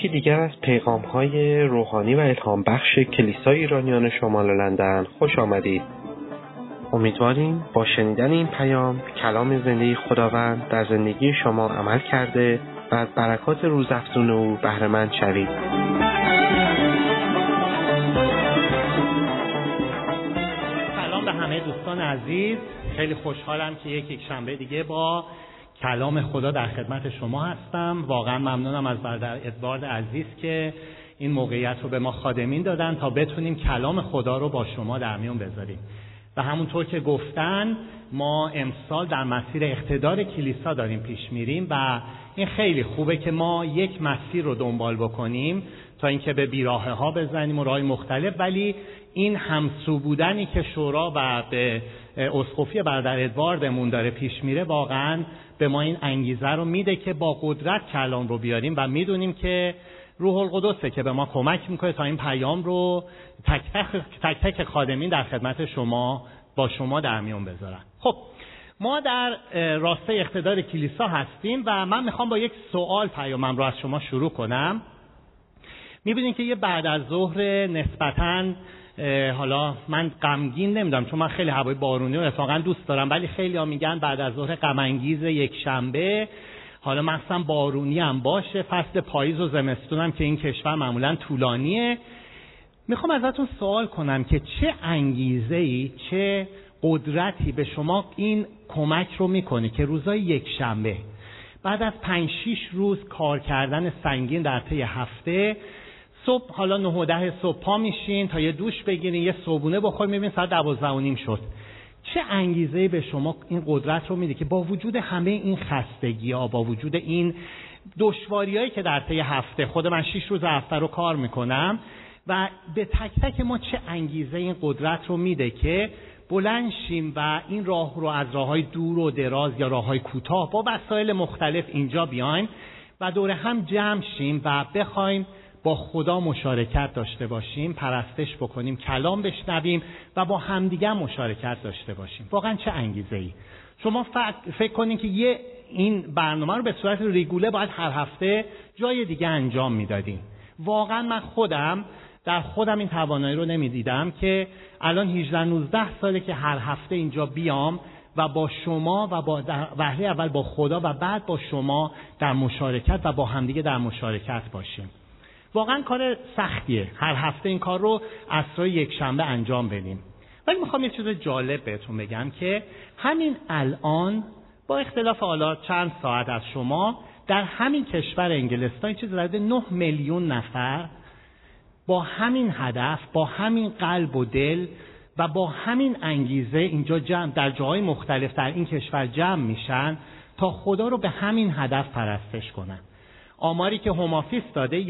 یکی دیگر از پیغام‌های روحانی و الهام بخش کلیسای ایرانیان شمال لندن خوش آمدید. امیدواریم با شنیدن این پیام کلام زنده خداوند در زندگی شما عمل کرده و از برکات روزافزون او بهره مند شوید. سلام به همه دوستان عزیز. خیلی خوشحالم که یک شنبه دیگه با کلام خدا در خدمت شما هستم. واقعا ممنونم از برادر ادوارد عزیز که این موقعیت رو به ما خادمین دادن تا بتونیم کلام خدا رو با شما در میون بذاریم. و همونطور که گفتن ما امسال در مسیر اقتدار کلیسا داریم پیش میریم و این خیلی خوبه که ما یک مسیر رو دنبال بکنیم تا اینکه به بیراهه ها بزنیم و راهی مختلف، ولی این همسو بودنی که شورا و به اسقفی برادر ادواردمون داره پیش میره واقعا به ما این انگیزه رو میده که با قدرت کلام رو بیاریم و میدونیم که روح القدسه که به ما کمک میکنه تا این پیام رو تک تک خادمین در خدمت شما با شما در میون بذارن. خب ما در راسته اقتدار کلیسا هستیم و من میخوام با یک سوال پیامم رو از شما شروع کنم. میبینید که یه بعد از ظهر نسبتاً حالا من غمگین نمیدونم چون من خیلی هوای بارونی رو اتفاقا دوست دارم، ولی خیلی ها میگن بعد از ظهر غم انگیز یک شنبه، حالا مثلا بارونی هم باشه، فصل پاییز و زمستون هم که این کشور معمولا طولانیه. میخوام ازتون سوال کنم که چه انگیزه‌ای، چه قدرتی به شما این کمک رو میکنه که روزای یک شنبه بعد از 5-6 روز کار کردن سنگین در طی هفته صبح، حالا 9 و 10 صبح پا میشین تا یه دوش بگیرین، یه صبحونه بخورین، میبینین ساعت 12:30 شد. چه انگیزه‌ای به شما این قدرت رو میده که با وجود همه این خستگی‌ها، با وجود این دشواری‌هایی که در طی هفته، خود من 6 روز هفته رو کار میکنم و به تک تک ما چه انگیزه این قدرت رو میده که بلند شیم و این راه رو از راه‌های دور و دراز یا راه‌های کوتاه با وسایل مختلف اینجا بیایم و دور هم جمع شیم و بخوایم با خدا مشارکت داشته باشیم، پرستش بکنیم، کلام بشنویم و با همدیگه مشارکت داشته باشیم. واقعا چه انگیزه‌ای. شما فکر کنین که این برنامه رو به صورت ریگوله باید هر هفته جای دیگه انجام میدادیم. واقعا من در خودم این توانایی رو نمیدیدم که الان 18-19 ساله که هر هفته اینجا بیام و با شما و با وهله اول با خدا و بعد با شما در مشارکت و با همدیگه در مشارکت باشیم. واقعا کار سختیه هر هفته این کار رو عصرهای یک شنبه انجام بدیم، ولی میخوام یه چیز جالب بهتون بگم که همین الان با اختلاف حالا چند ساعت از شما در همین کشور انگلستان چیز حدود 9 میلیون نفر با همین هدف، با همین قلب و دل و با همین انگیزه اینجا جمع در جاهای مختلف در این کشور جمع میشن تا خدا رو به همین هدف پرستش کنن. آماری که هوم آفیس داده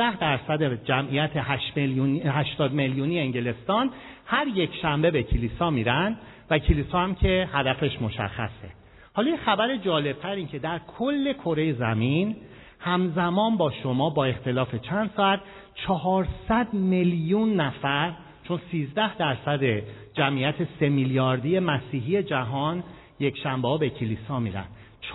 11% جمعیت 80 میلیونی انگلستان هر یک شنبه به کلیسا میرن و کلیسا هم که هدفش مشخصه. حالا یه خبر جالبتر این که در کل کره زمین همزمان با شما با اختلاف چند ساعت 400 میلیون نفر، چون 13% جمعیت 3 میلیاردی مسیحی جهان یک شنبه ها به کلیسا میرن.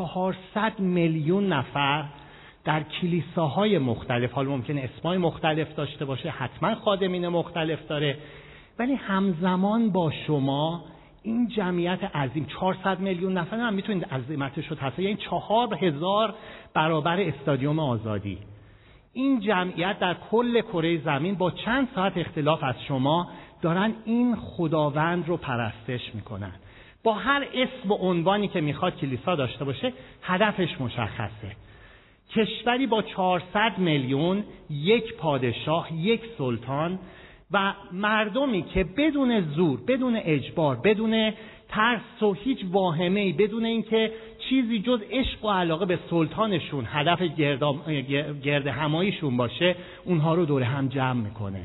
400 میلیون نفر در کلیساهای مختلف، حالا ممکنه اسمای مختلف داشته باشه، حتما خادمین مختلف داره، ولی همزمان با شما این جمعیت عظیم 400 میلیون نفر هم میتونید عظمتش رو تصور، یعنی 4000 برابر استادیوم آزادی. این جمعیت در کل کره زمین با چند ساعت اختلاف از شما دارن این خداوند رو پرستش میکنن. با هر اسم و عنوانی که میخواد کلیسا داشته باشه هدفش مشخصه. کشوری با 400 میلیون، یک پادشاه، یک سلطان و مردمی که بدون زور، بدون اجبار، بدون ترس و هیچ واهمه‌ای، بدون اینکه چیزی جز عشق و علاقه به سلطانشون هدف گرد هماییشون باشه، اونها رو دور هم جمع میکنه.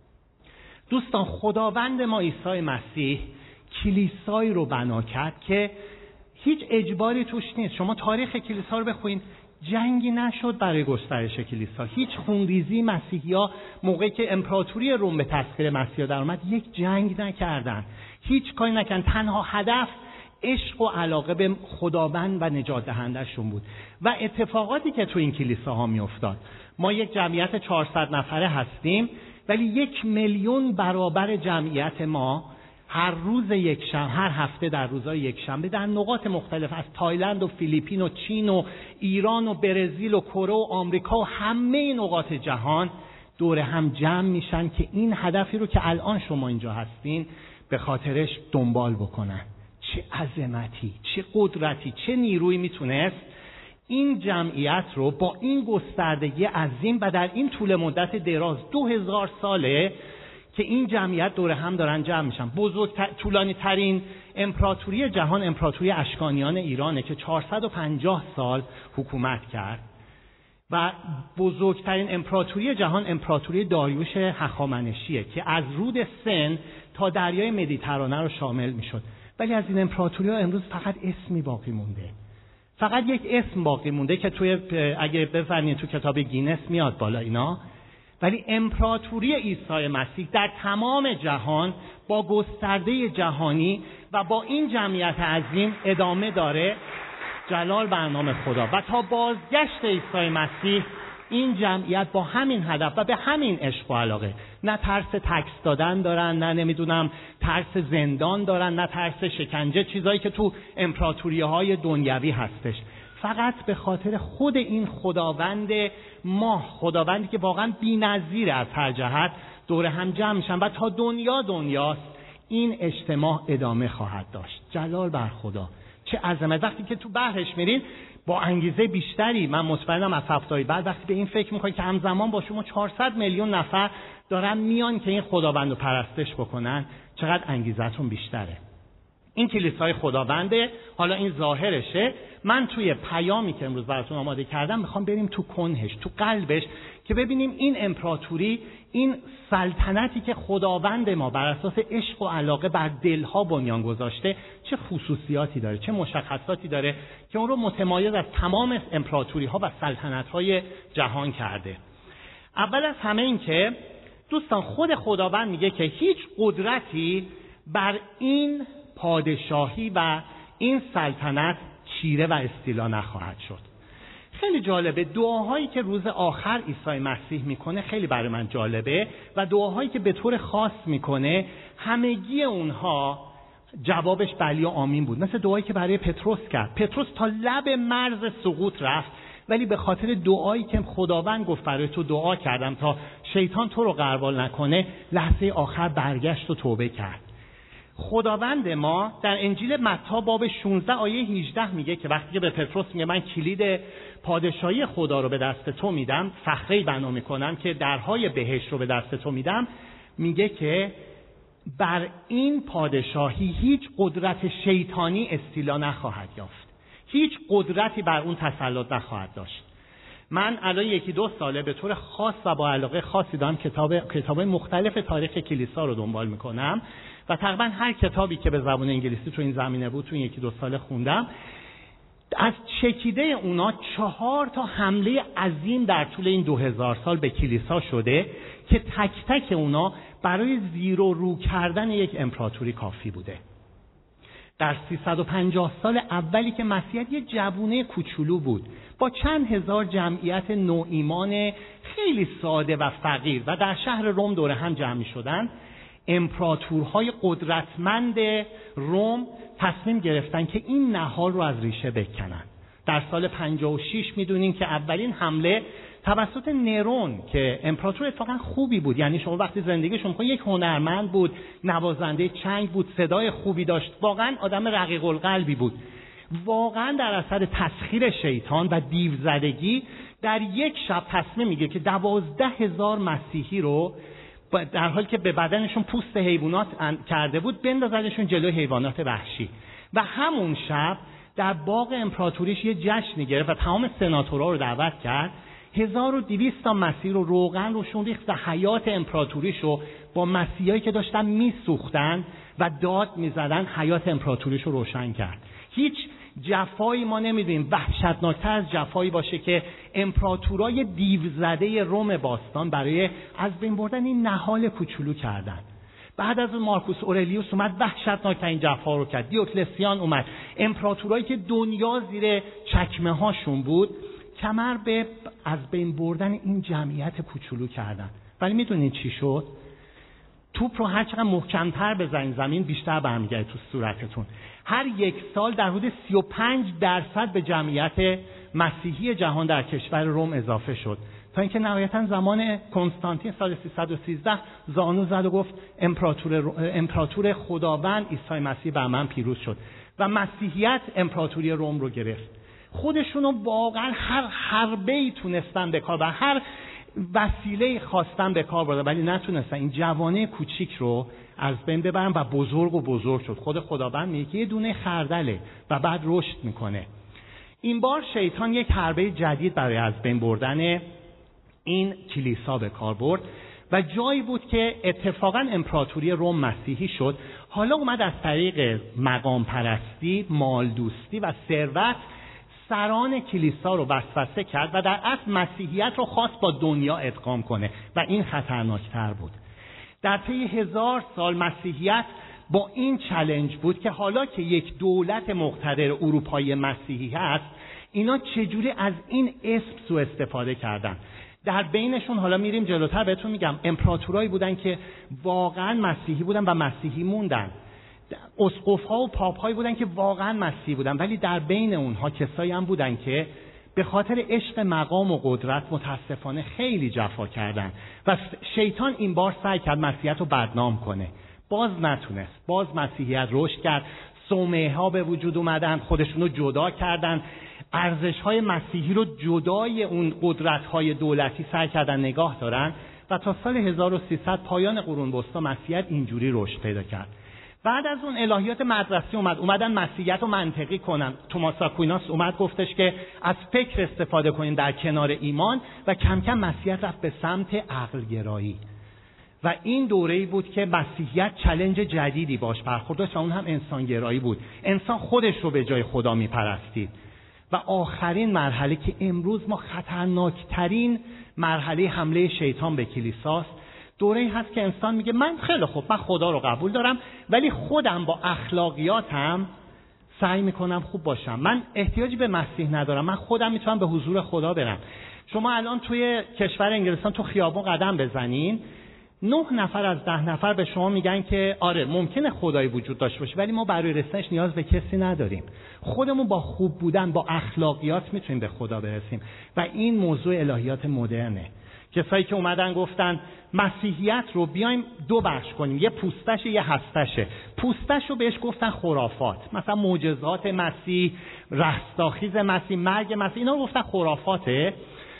دوستان، خداوند ما عیسی مسیح کلیسایی رو بنا کرد که هیچ اجباری توش نیست. شما تاریخ کلیسا رو بخونید، جنگی نشد برای گسترش کلیسا، هیچ خونریزی مسیحی‌ها موقعی که امپراتوری روم به تسخیر مسیحا در اومد یک جنگ نکردن، هیچ کاری نکردن. تنها هدف عشق و علاقه به خداوند و نجات دهنده‌شون بود. و اتفاقاتی که تو این کلیساها میافتاد، ما یک جمعیت 400 نفره هستیم، ولی 1 میلیون برابر جمعیت ما هر روز یکشنبه، هر هفته در روزهای یکشنبه در نقاط مختلف از تایلند و فیلیپین و چین و ایران و برزیل و کره و آمریکا و همه نقاط جهان دور هم جمع میشن که این هدفی رو که الان شما اینجا هستین به خاطرش دنبال بکنن. چه عظمتی، چه قدرتی، چه نیرویی میتونست این جمعیت رو با این گستردگی عظیم و در این طول مدت دراز 2000 ساله که این جمعیت دور هم دارن جمع میشن. طولانی ترین امپراتوری جهان امپراتوری اشکانیان ایرانه که 450 سال حکومت کرد و بزرگترین امپراتوری جهان امپراتوری داریوش هخامنشیه که از رود سن تا دریای مدیترانه رو شامل میشد. ولی از این امپراتوری ها امروز فقط اسمی باقی مونده، فقط یک اسم باقی مونده که توی اگه بزنید تو کتاب گینس میاد بالا اینا. ولی امپراتوری عیسی مسیح در تمام جهان با گسترده جهانی و با این جمعیت عظیم ادامه داره. جلال بر نام خدا. و تا بازگشت عیسی مسیح این جمعیت با همین هدف و به همین عشق و علاقه، نه ترس تکس دادن دارن، نه نمیدونم ترس زندان دارن، نه ترس شکنجه، چیزایی که تو امپراتوری‌های دنیوی هستش، فقط به خاطر خود این خداوند ما، خداوندی که واقعا بی‌نظیر از هر جهت دور هم جمع میشن و تا دنیاست این اجتماع ادامه خواهد داشت. جلال بر خدا. چه عظمت. وقتی که تو بحرش میرین با انگیزه بیشتری، من مطمئنم از هفته‌های بعد وقتی به این فکر میکنید که همزمان با شما 400 میلیون نفر دارن میان که این خداوند رو پرستش بکنن، چقدر انگیزتون بیشتره. این کلیسای خداونده. حالا این ظاهرشه. من توی پیامی که امروز براتون آماده کردم میخوام بریم تو کنهش، تو قلبش، که ببینیم این امپراتوری، این سلطنتی که خداوند ما بر اساس عشق و علاقه بر دلها بنیان گذاشته چه خصوصیاتی داره، چه مشخصاتی داره که اون رو متمایز از تمام امپراتوری ها و سلطنت های جهان کرده. اول از همه این که دوستان خود خداوند میگه که هیچ قدرتی بر این پادشاهی و این سلطنت چیره و استیلا نخواهد شد. خیلی جالبه دعاهایی که روز آخر عیسی مسیح میکنه خیلی برای من جالبه و دعاهایی که به طور خاص میکنه همگی اونها جوابش بلی و آمین بود. مثل دعایی که برای پتروس کرد. پتروس تا لب مرز سقوط رفت، ولی به خاطر دعایی که خداوند گفت برای تو دعا کردم تا شیطان تو رو غربال نکنه، لحظه آخر برگشت و توبه کرد. خداوند ما در انجیل متی باب 16 آیه 18 میگه که وقتی که به پتروس میگه من کلید پادشاهی خدا رو به دست تو میدم، فخری بنا میکنم که درهای بهشت رو به دست تو میدم، میگه که بر این پادشاهی هیچ قدرت شیطانی استیلا نخواهد یافت، هیچ قدرتی بر اون تسلط نخواهد داشت. من الان 1-2 ساله به طور خاص و با علاقه خاصی دارم کتاب مختلف تاریخ کلیسا رو دنبال میکنم و تقریبا هر کتابی که به زبان انگلیسی تو این زمینه بود تو این 1-2 ساله خوندم. از چکیده اونا 4 تا حمله عظیم در طول این 2000 سال به کلیسا شده که تک تک اونا برای زیر و رو کردن یک امپراتوری کافی بوده. در 350 سال اولی که مسیحیت یه جوونه کوچولو بود با چند هزار جمعیت نوایمان خیلی ساده و فقیر و در شهر روم دور هم جمع می شدن، امپراتورهای قدرتمند روم تصمیم گرفتن که این نهال رو از ریشه بکنن. در سال 56 میدونین که اولین حمله توسط نرون که امپراتور اتفاقا خوبی بود، یعنی شما وقتی زندگیش می‌کنید یک هنرمند بود، نوازنده چنگ بود، صدای خوبی داشت، واقعا آدم رقیق القلبی بود. واقعا در اثر تسخیر شیطان و دیوزدگی در یک شب تصمیم میگیره که 12,000 مسیحی رو در حالی که به بدنشون پوست حیوانات کرده بود بندازنشون جلوی حیوانات وحشی و همون شب در باغ امپراتوریش یه جشنی گرفت و تمام سناتورها رو دعوت کرد. 1200 تا مسیح رو روغن روشون ریخت و حیات امپراتوریش رو با مسیحایی که داشتن میسوختن و داد میزدن حیات امپراتوریش رو روشن کرد. هیچ جفایی ما نمیدونیم وحشتناکتر از جفایی باشه که امپراتورای دیوزده روم باستان برای از بین بردن این نهال کوچولو کردن. بعد از اون مارکوس اورلیوس اومد وحشتناکترین جفا رو کرد. دیوکلسیان اومد، امپراتورایی که دنیا زیر چکمه هاشون بود کمر به از بین بردن این جمعیت کوچولو کردن. ولی میدونید چی شد؟ توپ رو هر چقدر محکم‌تر بزنین زمین بیشتر برمیگرده تو صورتتون. هر یک سال در حدود 35% به جمعیت مسیحی جهان در کشور روم اضافه شد، تا اینکه نهایتاً زمان کنستانتین سال 313 زانو زد و گفت امپراتور خداوند عیسی مسیح بر من پیروز شد و مسیحیت امپراتوری روم رو گرفت. خودشونو واقعا هر حربه‌ای تونستن به کار بردن، هر وسیله خواستن به کار بردن، ولی نتونستن این جوانه کوچیک رو از بین ببرن و بزرگ شد. خود خداوند میگه یه دونه خردله و بعد رشد میکنه. این بار شیطان یک حربه جدید برای از بین بردن این کلیسا به کار برد و جایی بود که اتفاقا امپراتوری روم مسیحی شد. حالا اومد از طریق مقام پرستی، مال دوستی و ثروت سران کلیسا رو وسوسه کرد و در اصل مسیحیت رو خواست با دنیا ادغام کنه و این خطرناکتر بود. در طی 1000 سال مسیحیت با این چالش بود که حالا که یک دولت مقتدر اروپایی مسیحی هست، اینا چجوری از این اسم سوء استفاده کردن. در بینشون حالا میریم جلوتر بهتون میگم امپراتورایی بودن که واقعا مسیحی بودن و مسیحی موندن، اسقف‌ها و پاپ‌هایی بودن که واقعا مسیحی بودن، ولی در بین اونها کسایی هم بودن که به خاطر عشق مقام و قدرت متاسفانه خیلی جفا کردن و شیطان این بار سعی کرد مسیحیت رو بدنام کنه. باز نتونست. باز مسیحیت رشد کرد، صومعه‌ها به وجود اومدن، خودشونو جدا کردن، ارزش‌های مسیحی رو جدای اون قدرت‌های دولتی سعی کردن نگاه دارن و تا سال 1300 پایان قرون وسطی مسیحیت اینجوری رشد پیدا کرد. بعد از اون الهیات مدرسه اومدن مسیحیت رو منطقی کنن. توماس آکویناس اومد گفتش که از فکر استفاده کنین در کنار ایمان و کم کم مسیحیت رفت به سمت عقل گرایی و این دوره‌ای بود که مسیحیت چالش جدیدی باش برخورد داشت و اون هم انسان گرایی بود. انسان خودش رو به جای خدا میپرستید و آخرین مرحله که امروز ما خطرناکترین مرحله حمله شیطان به کلیساست، دوره‌ای هست که انسان میگه من خیلی خوب، من خدا رو قبول دارم ولی خودم با اخلاقیاتم سعی میکنم خوب باشم، من احتیاجی به مسیح ندارم، من خودم میتونم به حضور خدا برم. شما الان توی کشور انگلستان تو خیابون قدم بزنین 9 نفر از 10 نفر به شما میگن که آره ممکنه خدایی وجود داشته باشه ولی ما برای رسیدنش نیاز به کسی نداریم، خودمون با خوب بودن با اخلاقیات میتونیم به خدا برسیم و این موضوع الهیات مدرنه. کسایی که اومدن گفتن مسیحیت رو بیایم 2 بخش کنیم، یه پوستشه یه هستشه. پوستش رو بهش گفتن خرافات، مثلا معجزات مسیح، رستاخیز مسیح، مرگ مسیح، اینا رو گفتن خرافاته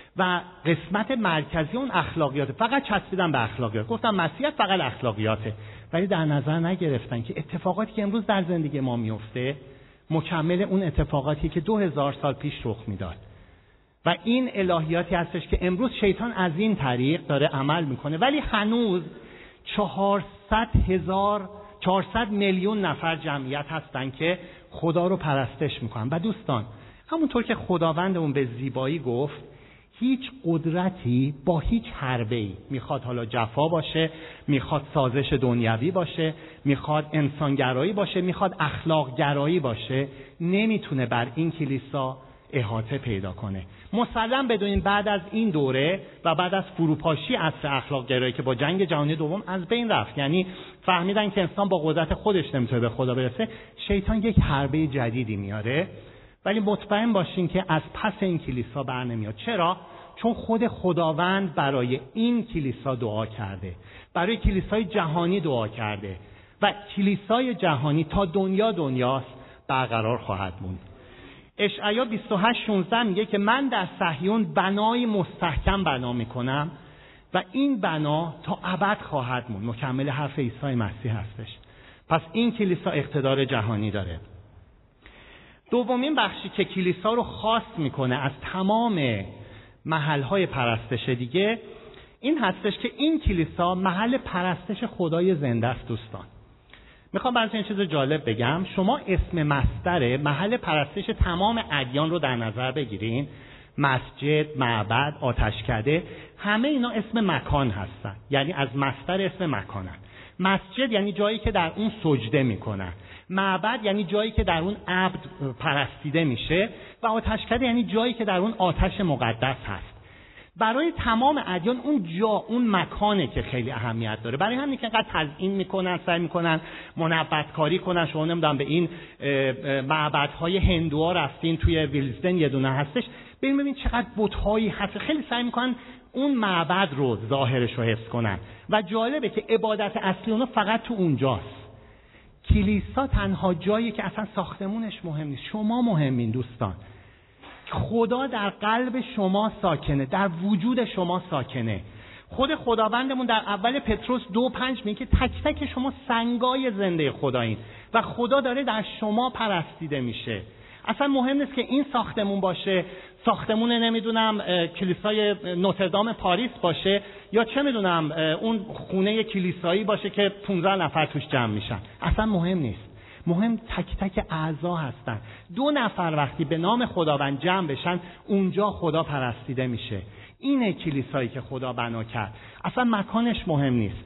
و قسمت مرکزی اون اخلاقیاته. فقط چسبیدن به اخلاقیات، گفتن مسیحیت فقط اخلاقیاته، ولی در نظر نگرفتن که اتفاقاتی که امروز در زندگی ما میفته مکمل اون اتفاقاتی که 2000 سال پیش رخ میداد و این الهیاتی هستش که امروز شیطان از این طریق داره عمل میکنه. ولی هنوز 400 میلیون نفر جمعیت هستن که خدا رو پرستش میکنن و دوستان همونطور که خداوندمون به زیبایی گفت هیچ قدرتی با هیچ حربه‌ای، میخواد حالا جفا باشه، میخواد سازش دنیوی باشه، میخواد انسانگرایی باشه، میخواد اخلاق گرایی باشه، نمیتونه بر این کلیسا احاطه پیدا کنه. مسلم بدونین بعد از این دوره و بعد از فروپاشی عصر اخلاق گرایی که با جنگ جهانی دوم از بین رفت، یعنی فهمیدن که انسان با قدرت خودش نمیتونه به خدا برسه، شیطان یک حربه جدیدی میاره. ولی مطمئن باشین که از پس این کلیسا بر نمیاد. چرا؟ چون خود خداوند برای این کلیسا دعا کرده، برای کلیسای جهانی دعا کرده و کلیسای جهانی تا دنیاست برقرار خواهد موند. اشعیا 28:16 میگه که من در صهیون بنای مستحکم بنا میکنم و این بنا تا ابد خواهد موند. مکمل حرف عیسی مسیح هستش. پس این کلیسا اقتدار جهانی داره. دومین بخشی که کلیسا رو خاص میکنه از تمام محل‌های پرستش دیگه این هستش که این کلیسا محل پرستش خدای زنده است. دوستان میخوام براتون این چیز جالب بگم. شما اسم مصدر محل پرستش تمام ادیان رو در نظر بگیرین، مسجد، معبد، آتشکده، همه اینا اسم مکان هستن، یعنی از مصدر اسم مکانن. مسجد یعنی جایی که در اون سجده میکنن، معبد یعنی جایی که در اون عبد پرستیده میشه و آتشکده یعنی جایی که در اون آتش مقدس هست. برای تمام ادیان اون جا، اون مکانه که خیلی اهمیت داره. برای همین که انقدر تزیین میکنن، سعی میکنن منبت کاری کنن. شما نمیدونم به این معبدهای هندوها رفتین، توی ویلزدن یه دونه هستش، ببین چقدر بت‌هایی هست. خیلی سعی میکنن اون معبد رو، ظاهرش رو حفظ کنن و جالبه که عبادت اصلی اونو فقط تو اونجاست. کلیسا تنها جایی که اصلا ساختمونش مهم نیست، شما مهمین دوستان. خدا در قلب شما ساکنه، در وجود شما ساکنه. خود خداوندمون در اول پتروس 2:5 میگه که تک تک شما سنگای زنده خدایین و خدا داره در شما پرستیده میشه. اصلا مهم نیست که این ساختمون باشه، ساختمون نمیدونم کلیسای نوتردام پاریس باشه، یا چه میدونم اون خونه کلیسایی باشه که 15 نفر توش جمع میشن. اصلا مهم نیست. مهم تک تک اعضا هستن. 2 نفر وقتی به نام خداوند جمع بشن، اونجا خدا پرستیده میشه. اینه کلیسایی که خدا بنا کرد. اصلا مکانش مهم نیست.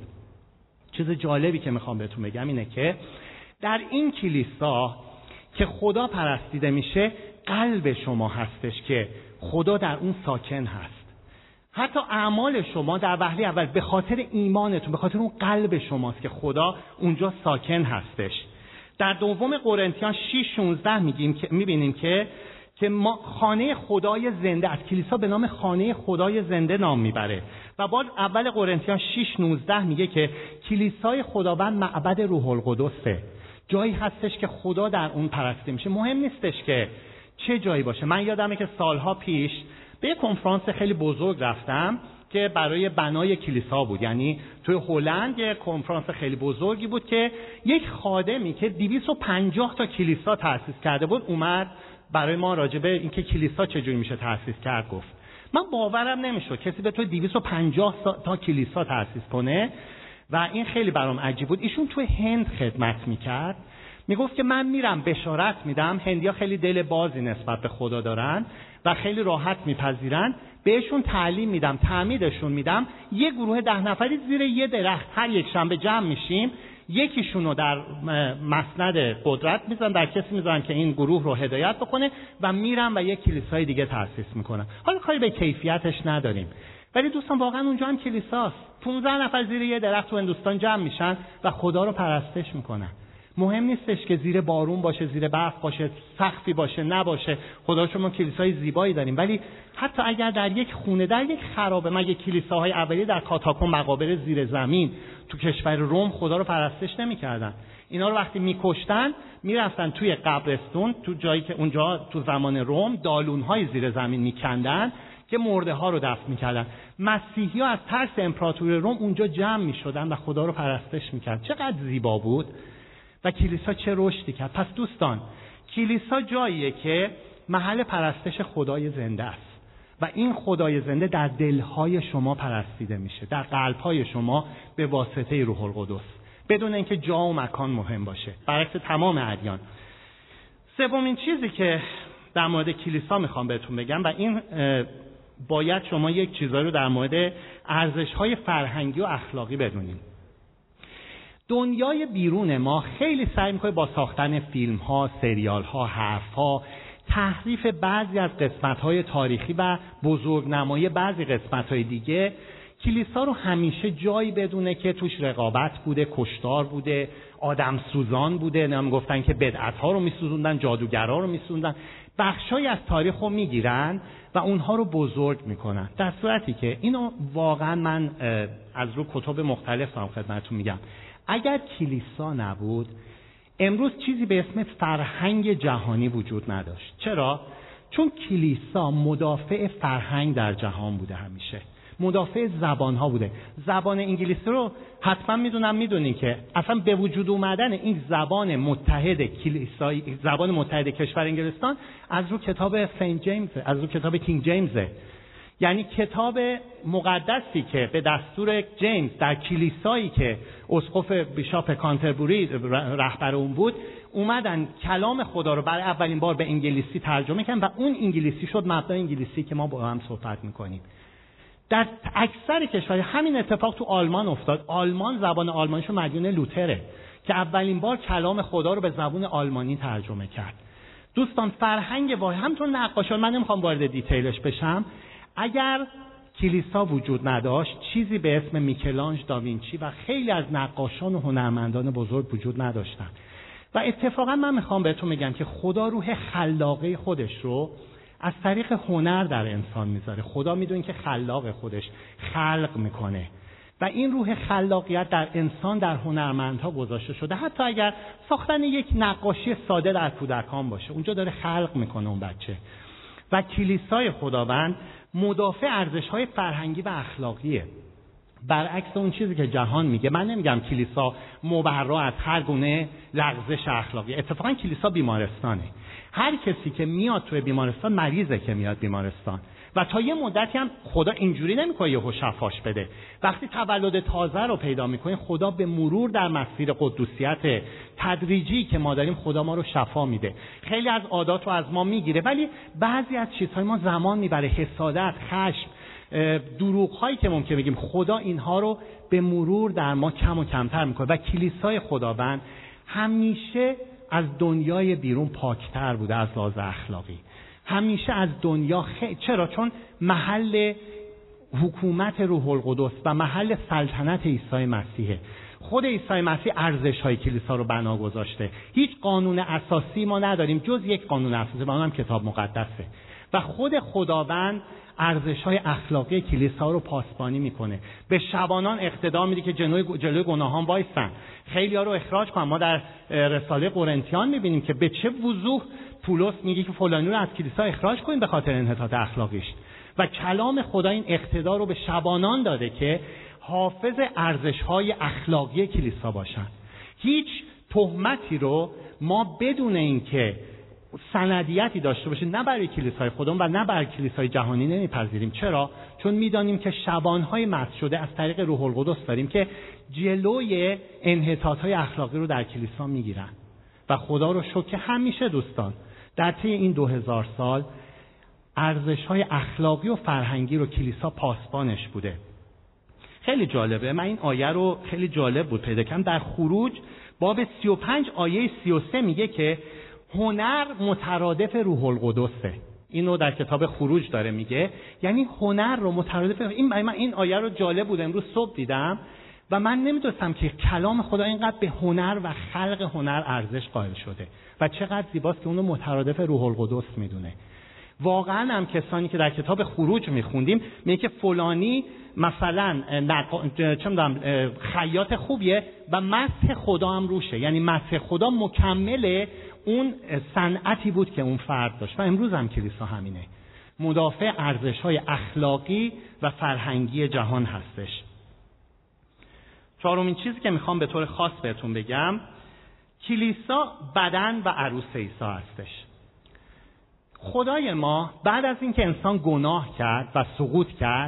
چیز جالبی که میخوام بهتون بگم اینه که در این کلیسا که خدا پرستیده میشه، قلب شما هستش که خدا در اون ساکن هست. حتی اعمال شما در وهله اول به خاطر ایمانتون، به خاطر اون قلب شماست که خدا اونجا ساکن هستش. در دوم قرنتیان 6:16 میبینیم که ما خانه خدای زنده، از کلیسا به نام خانه خدای زنده نام میبره. و بعد اول قرنتیان 6:19 میگه که کلیسای خداوند معبد روح القدسه، جایی هستش که خدا در اون پرستیده میشه. مهم نیستش که چه جایی باشه. من یادمه که سالها پیش به یک کنفرانس خیلی بزرگ رفتم که برای بنای کلیسا بود. یعنی توی هلند یک کنفرانس خیلی بزرگی بود که یک خادمی که 250 تا کلیسا تأسیس کرده بود اومد برای ما راجع به اینکه کلیسا چجوری میشه تأسیس کرد گفت. من باورم نمیشد کسی به تو 250 تا کلیسا تأسیس کنه و این خیلی برام عجیب بود. ایشون توی هند خدمت میکرد، میگفت که من میرم بشارت میدم. هندیا خیلی دل بازی نسبت به خدا دارن و خیلی راحت میپذیرن. بهشون تعلیم میدم، تعمیدشون میدم. یه گروه 10 نفری زیر یه درخت هر یک شنبه جمع میشیم، یکیشونو در مسند قدرت میذارن، در کسی میذارن که این گروه رو هدایت بکنه و میرن و یک کلیسای دیگه تأسیس میکنن. حالا کاری به کیفیتش نداریم، ولی دوستان واقعا اونجا هم کلیساست. 15 نفر زیر یه درخت تو هندوستان جمع میشن و خدا رو پرستش میکنن. مهم نیستش که زیر بارون باشه، زیر برف باشه، سقفی باشه، نباشه. خدا شما کلیسای زیبایی داریم، ولی حتی اگر در یک خونه، در یک خرابه، مگه کلیساهای اولیه در کاتاکوم، مقابر زیر زمین تو کشور روم خدا رو پرستش نمی‌کردن؟ اینا رو وقتی می‌کشتن می‌رفتن توی قبرستون، تو جایی که اونجا تو زمان روم دالون‌های زیر زمین می‌کندن که مرده‌ها رو دفن می‌کردن. مسیحی‌ها از ترس امپراتوری روم اونجا جمع می‌شدن و خدا رو پرستش می‌کردن. چقدر زیبا بود و کلیسا چه رشدی کرد. پس دوستان، کلیسا جاییه که محل پرستش خدای زنده است و این خدای زنده در دلهای شما پرستیده میشه، در قلبهای شما به واسطه روح القدس، بدون اینکه جا و مکان مهم باشه، برعکس تمام ادیان. سومین چیزی که در مورد کلیسا میخوام بهتون بگم و این باید شما یک چیزایی رو در مورد ارزش‌های فرهنگی و اخلاقی بدونید. دنیای بیرون ما خیلی سعی میکنه با ساختن فیلم‌ها، سریال‌ها، حرف‌ها، تحریف بعضی از قسمت‌های تاریخی و بزرگنمایی بعضی قسمت‌های دیگه کلیسا رو همیشه جایی بدونه که توش رقابت بوده، کشتار بوده، آدم سوزان بوده. نام گفتن که بدعت‌ها رو می‌سوزوندن، جادوگرا رو می‌سوزوندن. بخشای از تاریخ رو می‌گیرن و اونها رو بزرگ می‌کنن. در صورتی که اینو واقعا من از رو کتب مختلف هم خدمتتون میگم، اگر کلیسا نبود امروز چیزی به اسم فرهنگ جهانی وجود نداشت. چرا؟ چون کلیسا مدافع فرهنگ در جهان بوده، همیشه مدافع زبانها بوده. زبان انگلیسی رو حتما میدونین که اصلا به وجود اومدن این زبان متحد کلیسایی، زبان متحد کشور انگلستان، از رو کتاب سنت جیمز، از رو کتاب کینگ جیمزه. یعنی کتاب مقدسی که به دستور جیمز در کلیسایی که اسقف بیشاپ کانتربوری رهبر اون بود، اومدن کلام خدا رو برای اولین بار به انگلیسی ترجمه کردن و اون انگلیسی شد مبنای انگلیسی که ما با هم صحبت میکنیم. در اکثر کشورها همین اتفاق تو آلمان افتاد. آلمان زبان آلمانیشو مدیون لوتره که اولین بار کلام خدا رو به زبان آلمانی ترجمه کرد. دوستان فرهنگ واحد، همونطور نقاشان، من نمیخوام وارد دیتیلش بشم، اگر کلیسا وجود نداشت چیزی به اسم میکلانج، داوینچی و خیلی از نقاشان و هنرمندان بزرگ وجود نداشتن. و اتفاقا من میخوام بهتون بگم که خدا روح خلاقه خودش رو از طریق هنر در انسان میذاره. خدا میدونه که خلاق خودش خلق میکنه و این روح خلاقیت در انسان، در هنرمندها گذاشته شده. حتی اگر ساختن یک نقاشی ساده در کودکان باشه، اونجا داره خلق میکنه اون بچه. و کلیسای خداوند مدافع ارزش‌های فرهنگی و اخلاقیه، برعکس اون چیزی که جهان میگه. من نمیگم کلیسا مبرا از هر گونه لغزش اخلاقی، اتفاقا کلیسا بیمارستانه. هر کسی که میاد توی بیمارستان مریضه که میاد بیمارستان و تا یه مدتی هم خدا اینجوری نمیکنه یهو شفاش بده. وقتی تولد تازه رو پیدا میکنه، خدا به مرور در مسیر قدوسیت تدریجی که ما داریم خدا ما رو شفا میده. خیلی از عادات رو از ما میگیره، ولی بعضی از چیزهای ما زمان میبره. حسادت، خشم، دروغ هایی که ممکن بگیم، خدا اینها رو به مرور در ما کم و کمتر میکنه. و کلیسای خداوند همیشه از دنیای بیرون پاکتر بوده از لحاظ اخلاقی. همیشه از دنیا چرا؟ چون محل حکومت روح القدس و محل سلطنت عیسی مسیحه. خود عیسی مسیح ارزش‌های کلیسا رو بنا گذاشته. هیچ قانون اساسی ما نداریم جز یک قانون اساسی، و اونم کتاب مقدسه. و خود خداوند ارزش‌های اخلاقی کلیسا رو پاسبانی میکنه. به شبانان اقتدا میده که جلوی گناهان وایسن، خیلی‌ها رو اخراج کنن. ما در رساله قرنتیان میبینیم که به چه وضوح پولس میگه که فلانی رو از کلیسا اخراج کنیم به خاطر انحطاط اخلاقیش. و کلام خدا این اقتدا رو به شبانان داده که حافظ ارزش‌های اخلاقی کلیسا باشن. هیچ تهمتی رو ما بدون اینکه سندیتی داشته باشه، نه برای کلیسای خودمون و نه برای کلیسای جهانی نمیپذیریم. چرا؟ چون میدانیم که شبانهای مسح شده از طریق روح القدس داریم که جلوی انحطاط‌های اخلاقی رو در کلیسا میگیرن. و خدا رو شکر که همیشه دوستان در طی این 2000 سال ارزش‌های اخلاقی و فرهنگی رو کلیسا پاسبانش بوده. خیلی جالبه، من این آیه رو خیلی جالب بود پیدا کردم. در خروج باب 35 آیه 33 میگه که هنر مترادف روح القدسه. اینو در کتاب خروج داره میگه، یعنی هنر رو مترادف من این آیه رو جالب بود امروز صبح دیدم و من نمیدونستم که کلام خدا اینقدر به هنر و خلق هنر ارزش قائل شده و چقدر زیباست که اونو مترادف روح القدس میدونه. واقعا هم کسانی که در کتاب خروج میخوندیم میگه که فلانی مثلا چه میدونم خیاط خوبیه و مسح خدا هم روشه، یعنی مسح خدا مکمل اون صنعتی بود که اون فرد داشت. و امروز هم کلیسا همینه، مدافع ارزش‌های اخلاقی و فرهنگی جهان هستش. چهارمین چیزی که میخوام به طور خاص بهتون بگم، کلیسا بدن و عروس عیسی هستش. خدای ما بعد از اینکه انسان گناه کرد و سقوط کرد،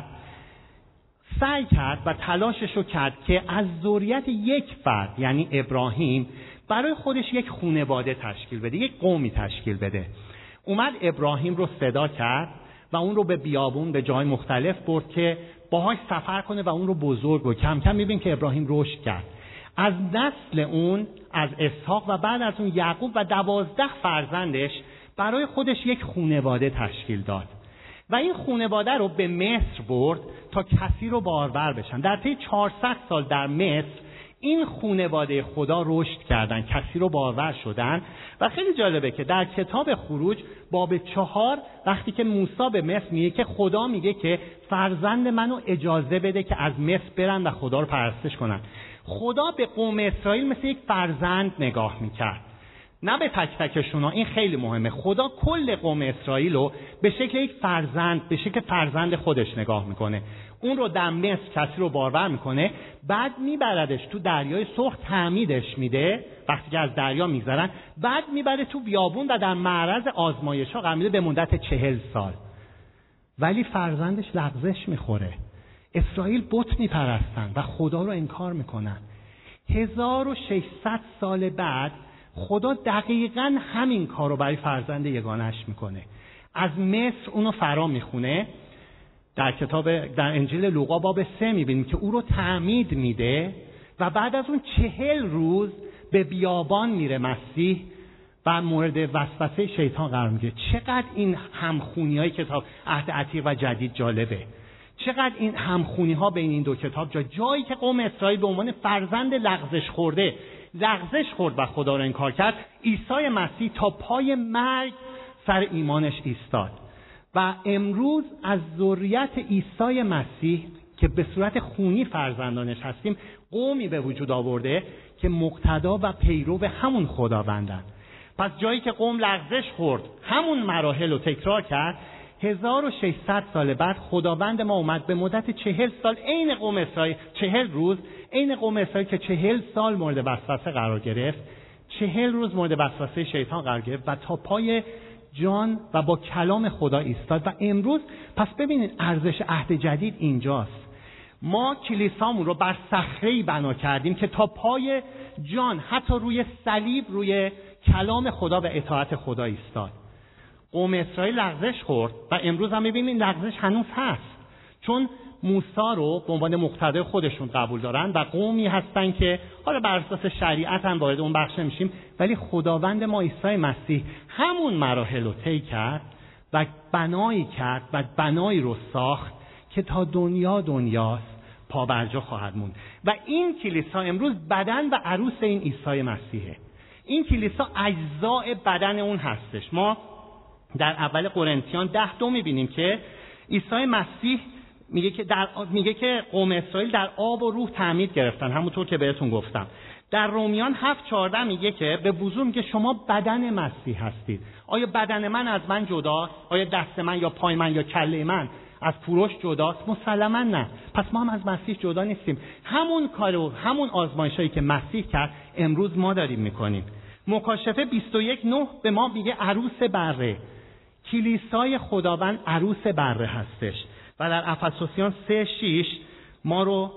سعی کرد و تلاشش رو کرد که از ذریت یک فرد یعنی ابراهیم برای خودش یک خانواده تشکیل بده، یک قومی تشکیل بده. اومد ابراهیم رو صدا کرد و اون رو به بیابون به جای مختلف برد که باهاش سفر کنه و اون رو بزرگ و کم کم می‌بینیم که ابراهیم رشد کرد. از نسل اون، از اسحاق و بعد از اون یعقوب و 12 فرزندش برای خودش یک خانواده تشکیل داد و این خانواده رو به مصر برد تا کسی رو بارور بشن. در طی 400 سال در مصر این خانواده خدا رشد کردن، کسی رو بارور شدن. و خیلی جالبه که در کتاب خروج باب 4 وقتی که موسی به مصر میگه که خدا میگه که فرزند منو اجازه بده که از مصر برن و خدا رو پرستش کنن. خدا به قوم اسرائیل مثل یک فرزند نگاه میکرد، نه به تک تکشون ها. این خیلی مهمه. خدا کل قوم اسرائیل رو به شکل یک فرزند، به شکل فرزند خودش نگاه میکنه. اون رو در مصر کسی رو بارور میکنه، بعد میبردش تو دریای سرخ تعمیدش میده وقتی که از دریا میگذرن، بعد میبره تو بیابون و در معرض آزمایش ها قرار میده به مدت 40 سال. ولی فرزندش لغزش میخوره. اسرائیل بت میپرستن و خدا رو انکار میکنن. 1600 سال بعد خدا دقیقاً همین کار رو برای فرزند یگانش میکنه. از مصر اونو فرا میخونه در انجیل لوقا باب 3 میبینیم که او رو تعمید میده و بعد از اون 40 روز به بیابان میره مسیح و مورد وسوسه شیطان قرار میگیره. چقدر این همخونی‌های کتاب عهد عتیق و جدید جالبه. چقدر این همخونی‌ها بین این دو کتاب جایی که قوم اسرائیل به عنوان فرزند لغزش خورد و خدا رو انکار کرد، عیسی مسیح تا پای مرگ سر ایمانش ایستاد و امروز از ذریت عیسی مسیح که به صورت خونی فرزندانش هستیم قومی به وجود آورده که مقتدا و پیرو همون خداوندن. پس جایی که قوم لغزش خورد همون مراحل رو تکرار کرد، 1600 سال بعد خداوند ما اومد به مدت 40 سال عین قوم اسرائیل، 40 روز عین قوم اسرائیل که 40 سال مورد وسوسه قرار گرفت، 40 روز مورد وسوسه شیطان قرار گرفت و تا پای جان و با کلام خدا ایستاد. و امروز پس ببینید ارزش عهد جدید اینجاست. ما کلیسامون رو بر صخره‌ای بنا کردیم که تا پای جان حتی روی صلیب روی کلام خدا و اطاعت خدا ایستاد. قوم اسرائیل لغزش خورد و امروز هم می‌بینیم این لغزش هنوز هست، چون موسی رو به عنوان مقتدی خودشون قبول دارن و قومی هستن که حالا بر اساس شریعت هم وارد اون بخش نمیشیم، ولی خداوند ما عیسی مسیح همون مراحل رو طی کرد و بنایی کرد و بنایی رو ساخت که تا دنیاست پابرجا خواهد موند. و این کلیسا امروز بدن و عروس این عیسی مسیحه. این کلیسا اجزاء بدن اون هستش. ما در اول قرنتیان 10:2 می‌بینیم که عیسی مسیح میگه که قوم اسرائیل در آب و روح تعمید گرفتن، همونطور که بهتون گفتم. در رومیان 7:14 میگه که به وضوح میگه شما بدن مسیح هستید. آیا بدن من از من جداست؟ آیا دست من یا پای من یا کله من از کوروش جداست؟ مسلماً نه. پس ما هم از مسیح جدا نیستیم. همون کارو، همون آزمایشایی که مسیح کرد امروز ما داریم میکنیم. مکاشفه 21:9 به ما میگه عروس بره. کلیسای خداوند عروس بره هستش. و در افسوسیان 3:6 ما رو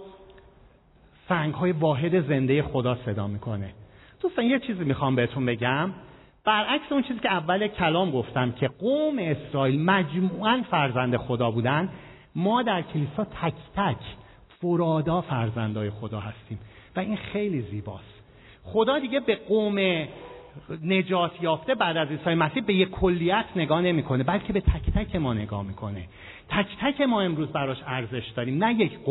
سنگ‌های واحد زنده خدا صدا میکنه. دوستان یه چیزی میخوام بهتون بگم، برعکس اون چیزی که اول کلام گفتم که قوم اسرائیل مجموعاً فرزند خدا بودن، ما در کلیسا تک تک فرادا فرزندای خدا هستیم و این خیلی زیباست. خدا دیگه به قوم نجات یافته بعد از عیسی مسیح به یک کلیت نگاه نمیکنه، بلکه به تک تک ما نگاه میکنه. تک تک ما امروز براش ارزش داریم، نه یک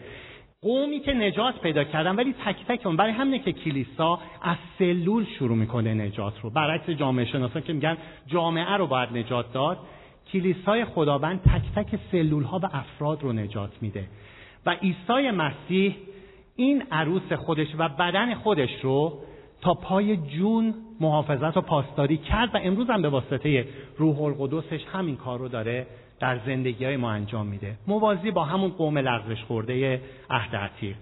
قومی که نجات پیدا کردن، ولی تک تک اون. برای همینه که کلیسا از سلول شروع میکنه نجات رو، برعکس جامعه شناسان که میگن جامعه رو باید نجات داد. کلیسای خداوند تک تک سلول ها و افراد رو نجات میده و عیسی مسیح این عروس خودش و بدن خودش رو تا پای جون محافظت و پاسداری کرد و امروز هم به واسطه روح القدسش همین کار رو داره در زندگی‌های ما انجام میده، موازی با همون قوم لغزش خورده عهد عتیق.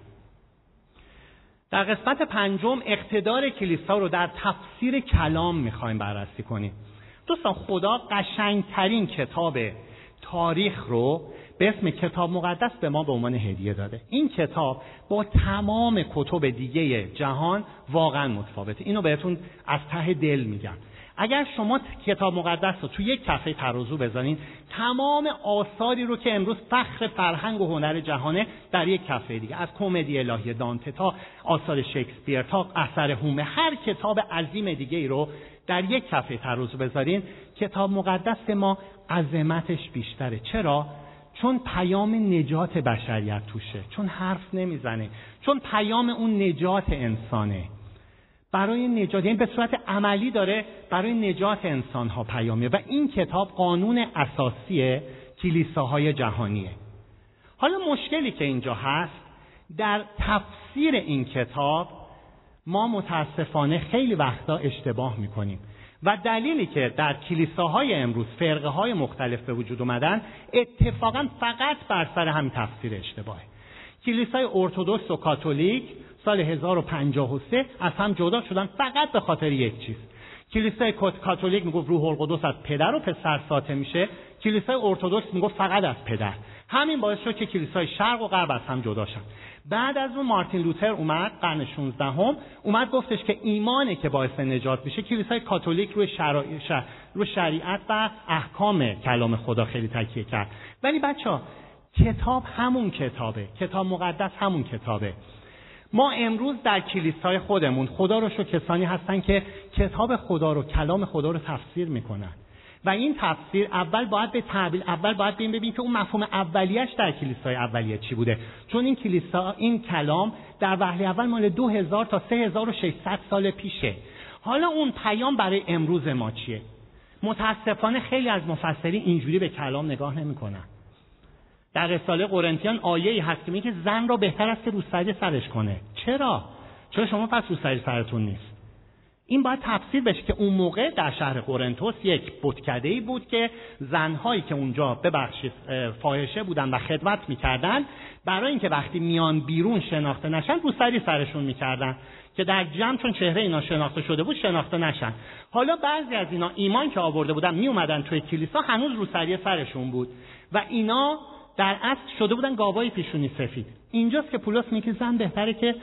در قسمت 5 اقتدار کلیسا رو در تفسیر کلام میخوایم بررسی کنیم. دوستان خدا قشنگترین کتاب تاریخ رو به اسم کتاب مقدس به ما به عنوان هدیه داده. این کتاب با تمام کتب دیگه جهان واقعا متفاوته. اینو بهتون از ته دل میگم. اگر شما کتاب مقدس رو توی یک کفه ترازو بزنین، تمام آثاری رو که امروز فخر فرهنگ و هنر جهانه در یک کفه دیگه، از کمدی الهی دانته تا آثار شکسپیر تا اثر هومر، هر کتاب عظیم دیگه ای رو در یک کفه ترازو بذارین، کتاب مقدس ما عظمتش بیشتره. چرا؟ چون پیام نجات بشریت توشه، چون حرف نمیزنه، چون پیام اون نجات انسانه، برای نجات، یعنی به صورت عملی داره برای نجات انسان‌ها پیامیه و این کتاب قانون اساسی کلیساهای جهانیه. حالا مشکلی که اینجا هست، در تفسیر این کتاب ما متاسفانه خیلی وقتا اشتباه میکنیم و دلیلی که در کلیساهای امروز فرقه‌های مختلف به وجود اومدن اتفاقا فقط بر سر همین تفسیر اشتباهه. کلیسای ارتدوکس و کاتولیک سال 1053 از هم جدا شدن فقط به خاطر یک چیز. کلیسای کاتولیک میگفت روح القدس از پدر و پسر ساطع میشه، کلیسای ارتدوکس میگفت فقط از پدر. همین باعث شد که کلیسای شرق و غرب از هم جدا شدن. بعد از اون مارتین لوتر اومد قرن 16 اومد گفتش که ایمانه که باعث نجات میشه. کلیسای کاتولیک روی شریعت و احکام کلام خدا خیلی تکیه کرد. ولی بچه‌ها کتاب همون کتابه، کتاب مقدس همون کتابه. ما امروز در کلیسای خودمون خدا رو شکر کسانی هستن که کتاب خدا رو، کلام خدا رو تفسیر میکنن و این تفسیر اول باید ببینیم که اون مفهوم اولیش در کلیسای اولیه چی بوده، چون این کلیسا، این کلام در وهله اول مال 2000 تا 3600 سال پیشه. حالا اون پیام برای امروز ما چیه؟ متاسفانه خیلی از مفسرین اینجوری به کلام نگاه نمیکنن. در رساله قرنتیان آیه‌ای هست که میگه زن را بهتر است که روسری سرش کنه. چرا شما پس روسری سرتون نیست؟ این باید تفسیر بشه که اون موقع در شهر قرنتوس یک بتکده‌ای بود که زنهایی که اونجا فاحشه بودن و خدمت میکردن، برای اینکه وقتی میان بیرون شناخته نشن روسری سرشون میکردن که در جمع چون چهره اینا شناخته شده بود شناخته نشن. حالا بعضی از اینا ایمان که آورده بودن میومدن توی کلیسا، هنوز روسری سرشون بود و اینا در اصل شده بودن گاوای پیشونی سفید. اینجاست که پولس میگه زن بهتره که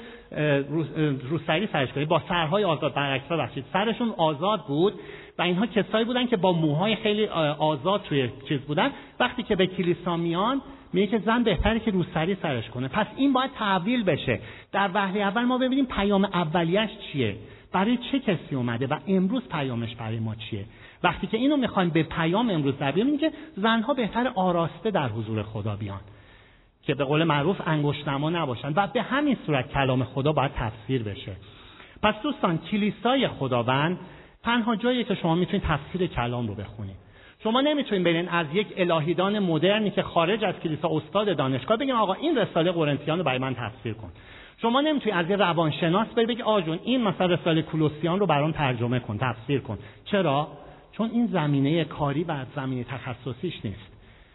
روسری سرش کنه، با سرهای آزاد، برعکس ببخشید سرشون آزاد بود و اینها کسایی بودن که با موهای خیلی آزاد توی چیز بودن. وقتی که به کلیسا میان میگه که زن بهتره که روسری سرش کنه. پس این باید تحویل بشه. در وهله اول ما ببینیم پیام اولیش چیه، برای چه کسی اومده و امروز پیامش برای ما چیه. وقتی که اینو میخوایم به پیام امروز در بیاریم که زنها بهتر آراسته در حضور خدا بیان، که به قول معروف انگشت نما نباشن و به همین صورت کلام خدا باید تفسیر بشه. پس دوستان، کلیسای خداوند تنها جاییه که شما میتونید تفسیر کلام رو بخونید. شما نمیتونید برین از یک الهیدان مدرنی که خارج از کلیسا استاد دانشگاه بگیم آقا این رساله قرنتیان رو برای من تفسیر کن. شما نمیتونید از یه روانشناس بگی آقا جون این مثلا رساله کولوسیان رو برام ترجمه کن، تفسیر کن. چرا؟ چون این زمینه کاری و زمینه تخصصیش نیست.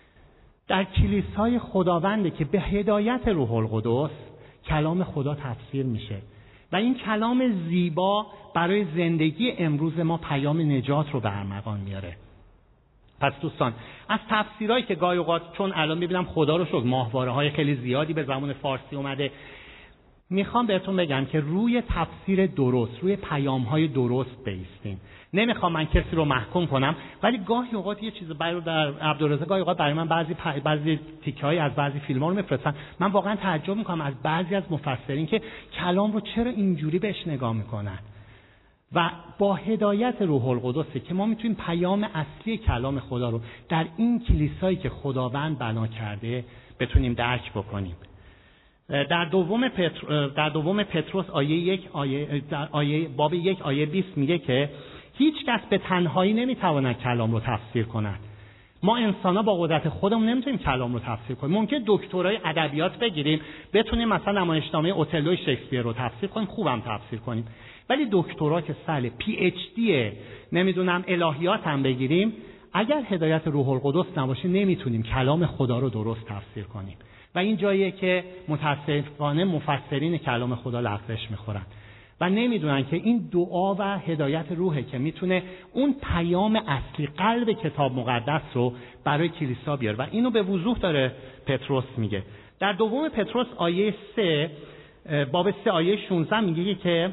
در کلیسای خداونده که به هدایت روح القدس کلام خدا تفسیر میشه و این کلام زیبا برای زندگی امروز ما پیام نجات رو به ارمغان میاره. پس دوستان، از تفسیرهایی که گاهی اوقات، چون الان میبینم خدا رو شکر ماهواره‌های خیلی زیادی به زبان فارسی اومده، میخوام بهتون بگم که روی تفسیر درست، روی پیام‌های درست بایستین. نمیخوام من کسی رو محکوم کنم، ولی گاهی اوقات یه چیز در عبدالرزاق گاهی اوقات برای من بعضی تیکه‌های از بعضی فیلم‌ها رو میفرستن، من واقعا تعجب میکنم از بعضی از مفسرین که کلام رو چرا اینجوری بهش نگاه میکنن و با هدایت روح القدس که ما میتونیم پیام اصلی کلام خدا رو در این کلیسایی که خداوند بنا کرده بتونیم درک بکنیم. در دوم پتروس باب 1 آیه 20 میگه که هیچ کس به تنهایی نمیتواند کلام رو تفسیر کند. ما انسان‌ها با قدرت خودمون نمیتونیم کلام رو تفسیر کنیم. ممکن دکترای ادبیات بگیریم، بتونیم مثلا نمایشنامه اوتلو شکسپیر رو تفسیر کنیم، خوبم تفسیر کنیم. ولی دکترا که سال PhD نمیدونم الهیات هم بگیریم، اگر هدایت روح القدس نباشه نمیتونیم کلام خدا رو درست تفسیر کنیم. و این جاییه که متاسفانه مفسرین کلام خدا لغزش میخورن و نمیدونن که این دعا و هدایت روحه که میتونه اون پیام اصلی قلب کتاب مقدس رو برای کلیسا بیاره و اینو به وضوح داره پتروس میگه. در دوم پتروس آیه 3 باب 3 آیه 16 میگه که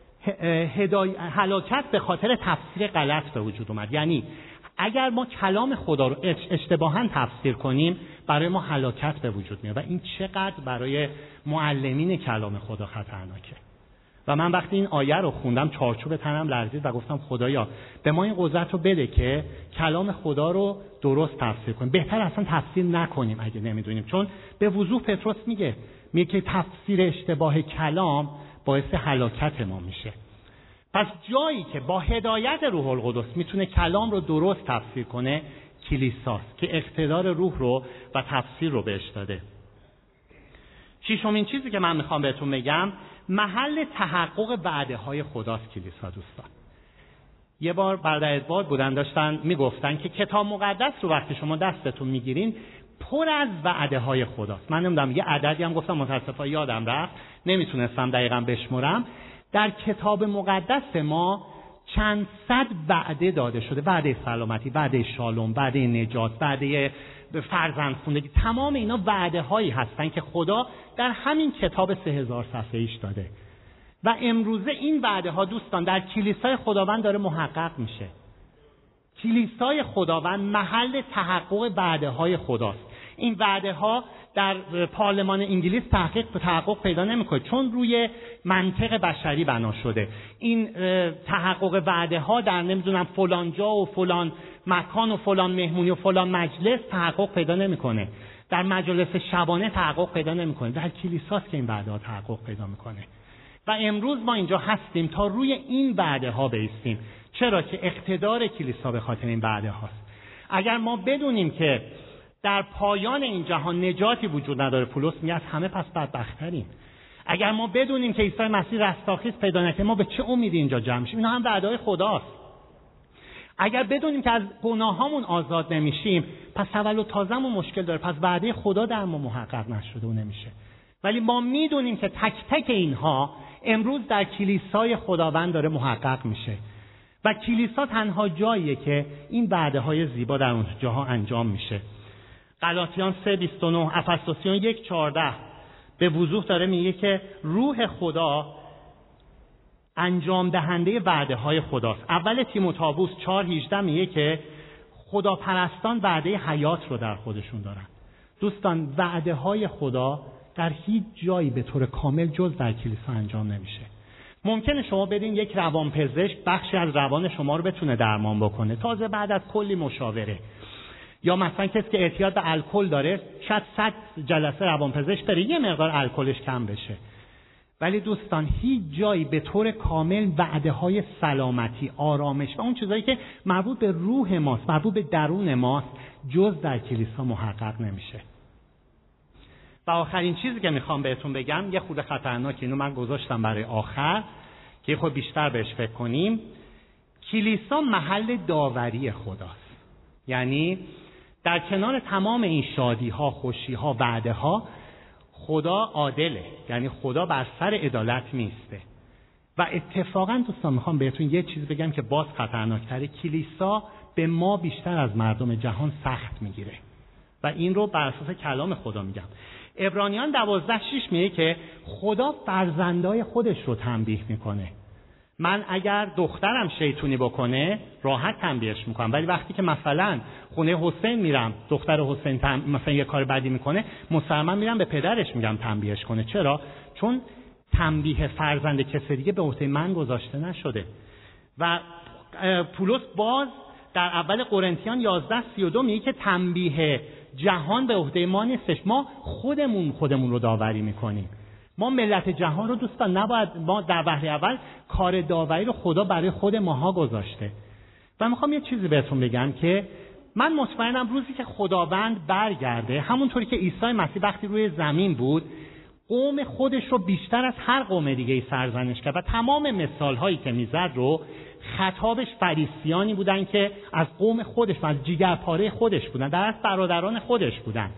هلاکت به خاطر تفسیر غلط به وجود اومد. یعنی اگر ما کلام خدا رو اشتباهاً تفسیر کنیم برای ما هلاکت به وجود میاد و این چقدر برای معلمین کلام خدا خطرناکه. و من وقتی این آیه رو خوندم چارچوب تنم لرزید و گفتم خدایا به ما این قدرت رو بده که کلام خدا رو درست تفسیر کنیم. بهتر اصلا تفسیر نکنیم اگه نمیدونیم، چون به وضوح پتروس میگه که تفسیر اشتباه کلام باعث هلاکت ما میشه. پس جایی که با هدایت روح القدس میتونه کلام رو درست تفسیر کنه کلیساست که اقتدار روح رو و تفسیر رو بهش داده. ششمین چیزی که من میخوام بهتون بگم محل تحقق وعده های خداست کلیسا. دوستان، یه بار برادر ادوارد بودن داشتن میگفتن که کتاب مقدس رو وقتی شما دستتون میگیرین پر از وعده های خداست. من نمیدونم یه عددی هم گفتم متاسفانه یادم رفت، نمیتونستم دقیقاً بشمرم. در کتاب مقدس ما چند صد وعده داده شده، وعده سلامتی، وعده شالوم، وعده نجات، وعده فرزندخواندگی. تمام اینا وعده هایی هستن که خدا در همین کتاب 3000 صفحه‌ایش داده و امروزه این وعده ها دوستان در کلیسای خداوند داره محقق میشه. کلیسای خداوند محل تحقق وعده های خداست. این وعده ها در پارلمان انگلیس تحقق پیدا نمیکنه، چون روی منطق بشری بنا شده. این تحقق وعده ها در نمیدونم فلان جا و فلان مکان و فلان مهمونی و فلان مجلس تحقق پیدا نمیکنه، در مجالس شبانه تحقق پیدا نمیکنه، در کلیساست که این وعده ها تحقق پیدا میکنه. و امروز ما اینجا هستیم تا روی این وعده ها بایستیم. چرا که اقتدار کلیسا به خاطر این وعده هاست. اگر ما بدونیم که در پایان این جهان نجاتی وجود نداره، پولس میگه از همه پس بدبخت‌تریم. اگر ما بدونیم که عیسی مسیح رستاخیز پیدا نکنه، ما به چه امیدی اینجا جمع میشیم؟ اینا هم وعده‌های خداست. اگر بدونیم که از گناهامون آزاد نمیشیم، پس تولد تازه‌مون مشکل داره، پس وعده خدا در ما محقق نشده و نمیشه. ولی ما میدونیم که تک تک اینها امروز در کلیسای خداوند داره محقق میشه و کلیسا تنها جاییه که این وعده‌های زیبا در اون جاها انجام میشه. غلاطیان 3:29، افسوسیان 1:14 به وضوح داره میگه که روح خدا انجام دهنده وعده های خداست. اول تیموتائوس 4:18 میگه که خداپرستان وعده حیات رو در خودشون دارن. دوستان، وعده های خدا در هیچ جایی به طور کامل جز در کلیسا انجام نمیشه. ممکنه شما بدین یک روانپزشک بخشی از روان شما رو بتونه درمان بکنه، تازه بعد از کلی مشاوره. یا مثلا کسی که اعتیاد به الکل داره، شاید 100 جلسه روانپزشک بره یه مقدار الکلش کم بشه. ولی دوستان، هیچ جایی به طور کامل وعده های سلامتی، آرامش و اون چیزایی که مربوط به روح ماست، مربوط به درون ماست، جز در کلیسا محقق نمیشه. و آخرین چیزی که میخوام بهتون بگم یه خورده خطرناکه، اینو من گذاشتم برای آخر که خود بیشتر بهش فکر کنیم. کلیسا محل داوری خداست. یعنی در کنار تمام این شادی ها، خوشی ها، وعده ها، خدا عادله. یعنی خدا بر سر عدالت میسته. و اتفاقا دوستان میخوام بهتون یه چیز بگم که باز خطرناکتره. کلیسا به ما بیشتر از مردم جهان سخت میگیره و این رو بر اساس کلام خدا میگم. عبرانیان 12:6 میگه که خدا فرزندای خودش رو تنبیه میکنه. من اگر دخترم شیطونی بکنه راحت تنبیهش میکنم، ولی وقتی که مثلا خونه حسین میرم، دختر حسین مثلا یه کار بدی میکنه، مسلما میرم به پدرش میگم تنبیهش کنه. چرا؟ چون تنبیه فرزند کسی دیگه به عهده من گذاشته نشده. و پولس باز در اول قرنتیان 11:32 میگه که تنبیه جهان به عهده ما نیستش، ما خودمون رو داوری میکنیم. ما ملت جهان رو دوستان نباید، ما در وهله اول کار داوری رو خدا برای خود ماها گذاشته. و میخوام یه چیزی بهتون بگم که من مطمئنم روزی که خداوند برگرده، همونطوری که عیسی مسیح وقتی روی زمین بود قوم خودش رو بیشتر از هر قوم دیگه سرزنش کرد و تمام مثال هایی که میزد رو خطابش فریسیانی بودن که از قوم خودش و از جیگرپاره خودش بودن، در اصل برادران خودش بودن.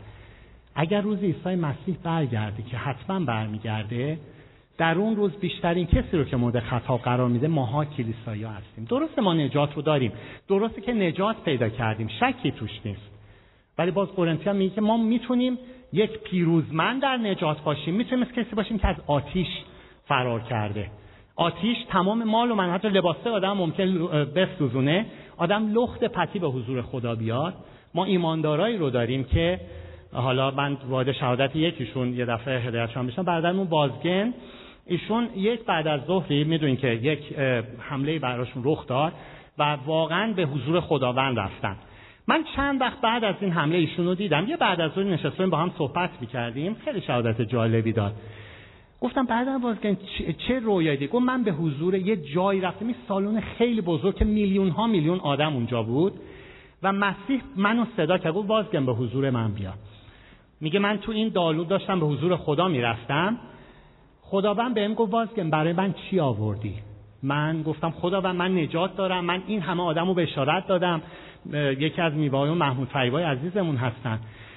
اگر روز عیسی مسیح برگرده که حتما برمیگرده، در اون روز بیشترین کسی رو که مورد خطاب قرار میده ماها کلیسایی‌ها هستیم. درسته ما نجات رو داریم، درسته که نجات پیدا کردیم، شکی توش نیست، ولی باز قرنتیان میگه که ما میتونیم یک پیروزمند در نجات باشیم، میتونیم مثل کسی باشیم که از آتیش فرار کرده. آتیش تمام مال و منفعت و لباسه آدم ممکن بسوزونه، آدم لخت پتی به حضور خدا بیاد. ما ایماندارایی رو داریم که حالا من وارد شهادت یکیشون یه دفعه هدایتشون بشم، برادرمون بازگن، ایشون یک بعد از ظهری میدونین که یک حمله براشون رخ داد و واقعا به حضور خداوند رفتن. من چند وقت بعد از این حمله ایشون رو دیدم، یه بعد از ظهر نشستیم با هم صحبت می‌کردیم، خیلی شهادت جالبی داد. گفتم برادر بازگن چه رویایی دید؟ گفت من به حضور یه جایی رفتم، این سالن خیلی بزرگ که میلیون آدم اونجا بود و مسیح منو صدا کرد، گفت بازگن به حضور من بیا. میگه من تو این دالو داشتم به حضور خدا میرفتم، خداوند بهم گفت بازگن برای من چی آوردی؟ من گفتم خداوند من نجات دارم، من این همه آدمو بشارت دادم، یکی از میوه‌های محمود فریبای عزیزمون هستن،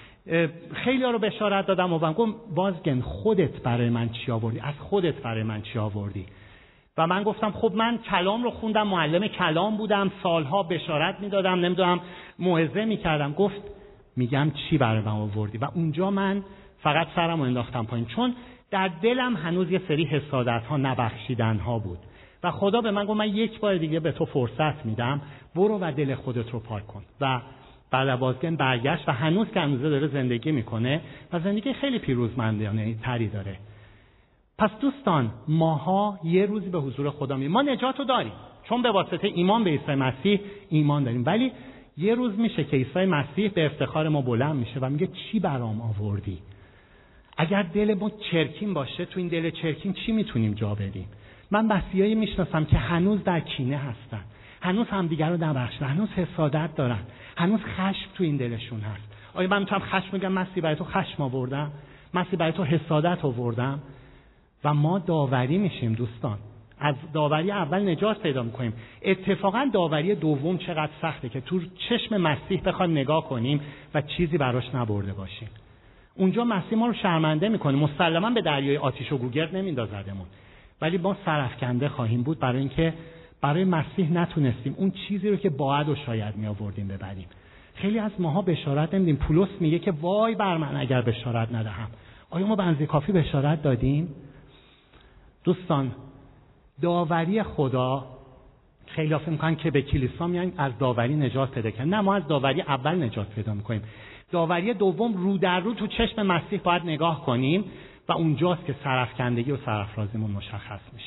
خیلی ها رو بشارت دادم و گفتم بازگن خودت برای من چی آوردی؟ از خودت برای من چی آوردی؟ و من گفتم خب من کلام رو خوندم، معلم کلام بودم، سالها بشارت میدادم، نمیدونم موعظه میکردم. گفت میگم چی برای من آوردی؟ و اونجا من فقط سرم رو انداختم پایین، چون در دلم هنوز یه سری حسادت ها، نبخشیدن ها بود و خدا به من گفت من یک بار دیگه به تو فرصت میدم، برو و دل خودت رو پاک کن. و بعد از بازگشت برگشت و هنوز که هنوز داره زندگی میکنه و زندگی خیلی پیروزمندانه تری داره. پس دوستان، ماها یه روزی به حضور خدا میریم. ما نجات رو داریم چون به واسطه ایمان به عیسی مسیح ایمان داریم، ولی یه روز میشه که عیسی مسیح به افتخار ما بلند میشه و میگه چی برام آوردی؟ اگر دل ما چرکین باشه، تو این دل چرکین چی میتونیم جا بدیم؟ من مسیحایی میشناسم که هنوز در کینه هستن، هنوز همدیگر رو نبخشن، هنوز حسادت دارن، هنوز خشم تو این دلشون هست. آیا من میتونم خشم بگم مسیح برای تو خشم آوردم؟ مسیح برای تو حسادت آوردم؟ و ما داوری میشیم دوستان. از داوری اول نجات پیدا میکنیم. اتفاقا داوری دوم چقدر سخته که تو چشم مسیح بخوایم نگاه کنیم و چیزی براش نبرده باشیم. اونجا مسیح ما رو شرمنده میکنه. مسلما به دریای آتش و گوگرد نمیندازدمون، ولی ما سرافکنده خواهیم بود برای اینکه برای مسیح نتونستیم اون چیزی رو که باید و شاید می آوردیم ببریم. خیلی از ماها بشارت نمیدیم. پولس میگه که وای بر من اگر بشارت ندهم. آیا ما به اندازه کافی بشارت دادیم؟ دوستان، داوری خدا خیلی فکر می‌کنن که به کلیسا میان از داوری نجات پیدا کنن. نه، ما از داوری اول نجات پیدا می‌کنیم. داوری دوم رو در رو تو چشم مسیح باید نگاه کنیم و اونجاست که سرافکندگی و سرافرازیمون مشخص میشه.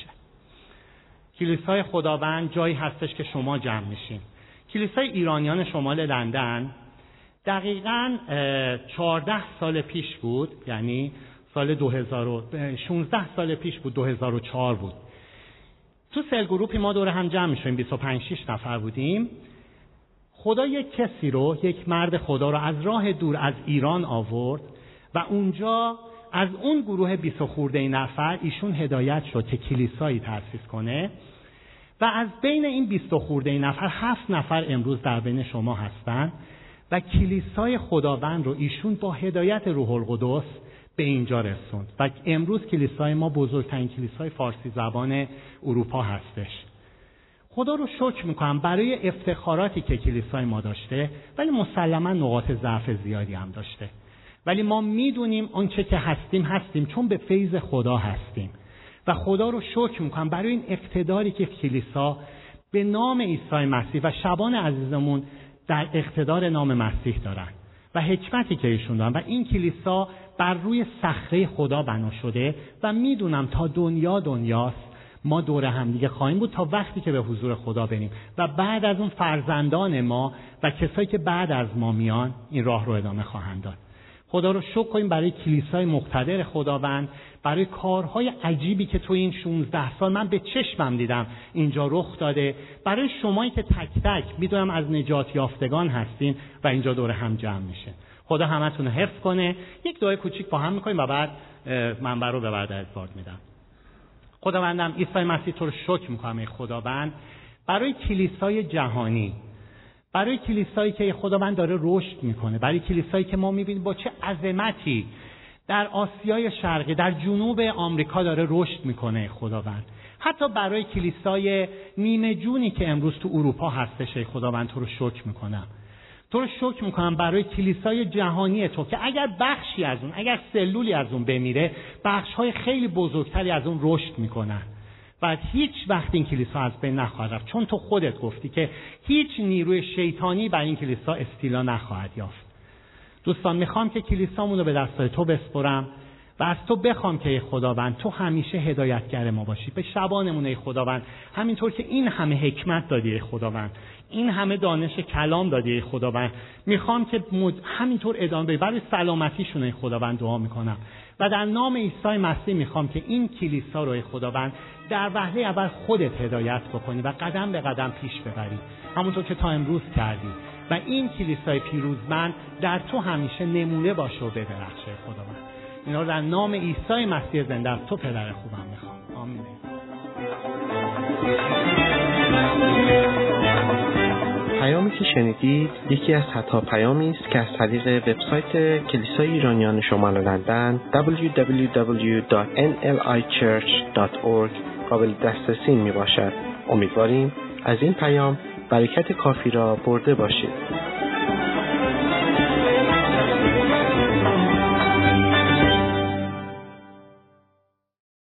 کلیسای خداوند جایی هستش که شما جمع میشین. کلیسای ایرانیان شمال لندن دقیقاً 14 سال پیش بود، یعنی سال 2016 سال پیش بود، 2004 بود. تو سل گروپی ما دور هم جمع میشیم، 25-6 نفر بودیم. خدا یک کسی رو، یک مرد خدا رو از راه دور از ایران آورد و اونجا از اون گروه 20 خورده نفر ایشون هدایت شد که کلیسایی تأسیس کنه و از بین این 20 خورده نفر 7 نفر امروز در بین شما هستن و کلیسای خداوند رو ایشون با هدایت روح القدس به اینجا رسوند و امروز کلیسای ما بزرگترین کلیسای فارسی زبان اروپا هستش. خدا رو شکر میکنم برای افتخاراتی که کلیسای ما داشته، ولی مسلما نقاط ضعف زیادی هم داشته. ولی ما میدونیم آنچه که هستیم چون به فیض خدا هستیم و خدا رو شکر میکنم برای این اقتداری که کلیسا به نام عیسی مسیح و شبان عزیزمون در اقتدار نام مسیح دارن و حکمتی که ایشون دارن و این کلیسا بر روی صخره خدا بنا شده و میدونم تا دنیاست ما دور هم دیگه خواهیم بود تا وقتی که به حضور خدا بریم و بعد از اون فرزندان ما و کسایی که بعد از ما میان این راه رو ادامه خواهند داد. خدا رو شکر کنیم برای کلیسای مقتدر خداوند، برای کارهای عجیبی که تو این 16 سال من به چشمم دیدم اینجا رخ داده، برای شمایی که تک تک میدونم از نجات یافتگان هستین و اینجا دور هم جمع میشه. خدا همتون رو حفظ کنه. یک دعای کوچیک با هم میکنیم و بعد منبر رو به برده ادوارد میدم. خداوندم عیسی مسیح تو رو شکر میکنم ای خداوند برای کلیسای جهانی، برای کلیسایی که خداوند داره رشد میکنه، برای کلیسایی که ما میبینیم با چه عظمتی در آسیای شرقی، در جنوب آمریکا داره رشد میکنه خداوند، حتی برای کلیسای نیمه جونی که امروز تو اروپا هستش ای خداوند تو رو شکر میکنم. تو رو شکر میکنم برای کلیسای جهانی تو که اگر بخشی از اون، اگر سلولی از اون بمیره، بخش‌های خیلی بزرگتری از اون رشد میکنن و هیچ وقت این کلیسا از بین نخواهد رفت، چون تو خودت گفتی که هیچ نیروی شیطانی بر این کلیسا استیلا نخواهد یافت. دوستان، میخوام که کلیسامون رو به دستای تو بسپرم و از تو بخوام که ای خداوند تو همیشه هدایتگر ما باشی، به شبانمون ای خداوند، همینطور که این همه حکمت دادی ای خداوند، این همه دانش کلام دادی ای خداوند، میخوام که همینطور ادامه بدی. برای سلامتیشون ای خداوند دعا میکنم و در نام عیسی مسیح میخوام که این کلیسا رو ای خداوند در وهله اول خودت هدایت بکنی و قدم به قدم پیش ببری، همونطور که تا امروز کردی و این کلیسای پیروزمند در تو همیشه نمونه باشه و بدرخشه خداوند. اینا رو در نام عیسی مسیح زنده از تو پدر خوبم میخوام. آمین. پیامی که شنیدید یکی از صدها پیامی است که از طریق وبسایت کلیسای ایرانیان شمال لندن www.nlichurch.org قابل دسترسی می باشد. امیدواریم از این پیام برکت کافی را برده باشید.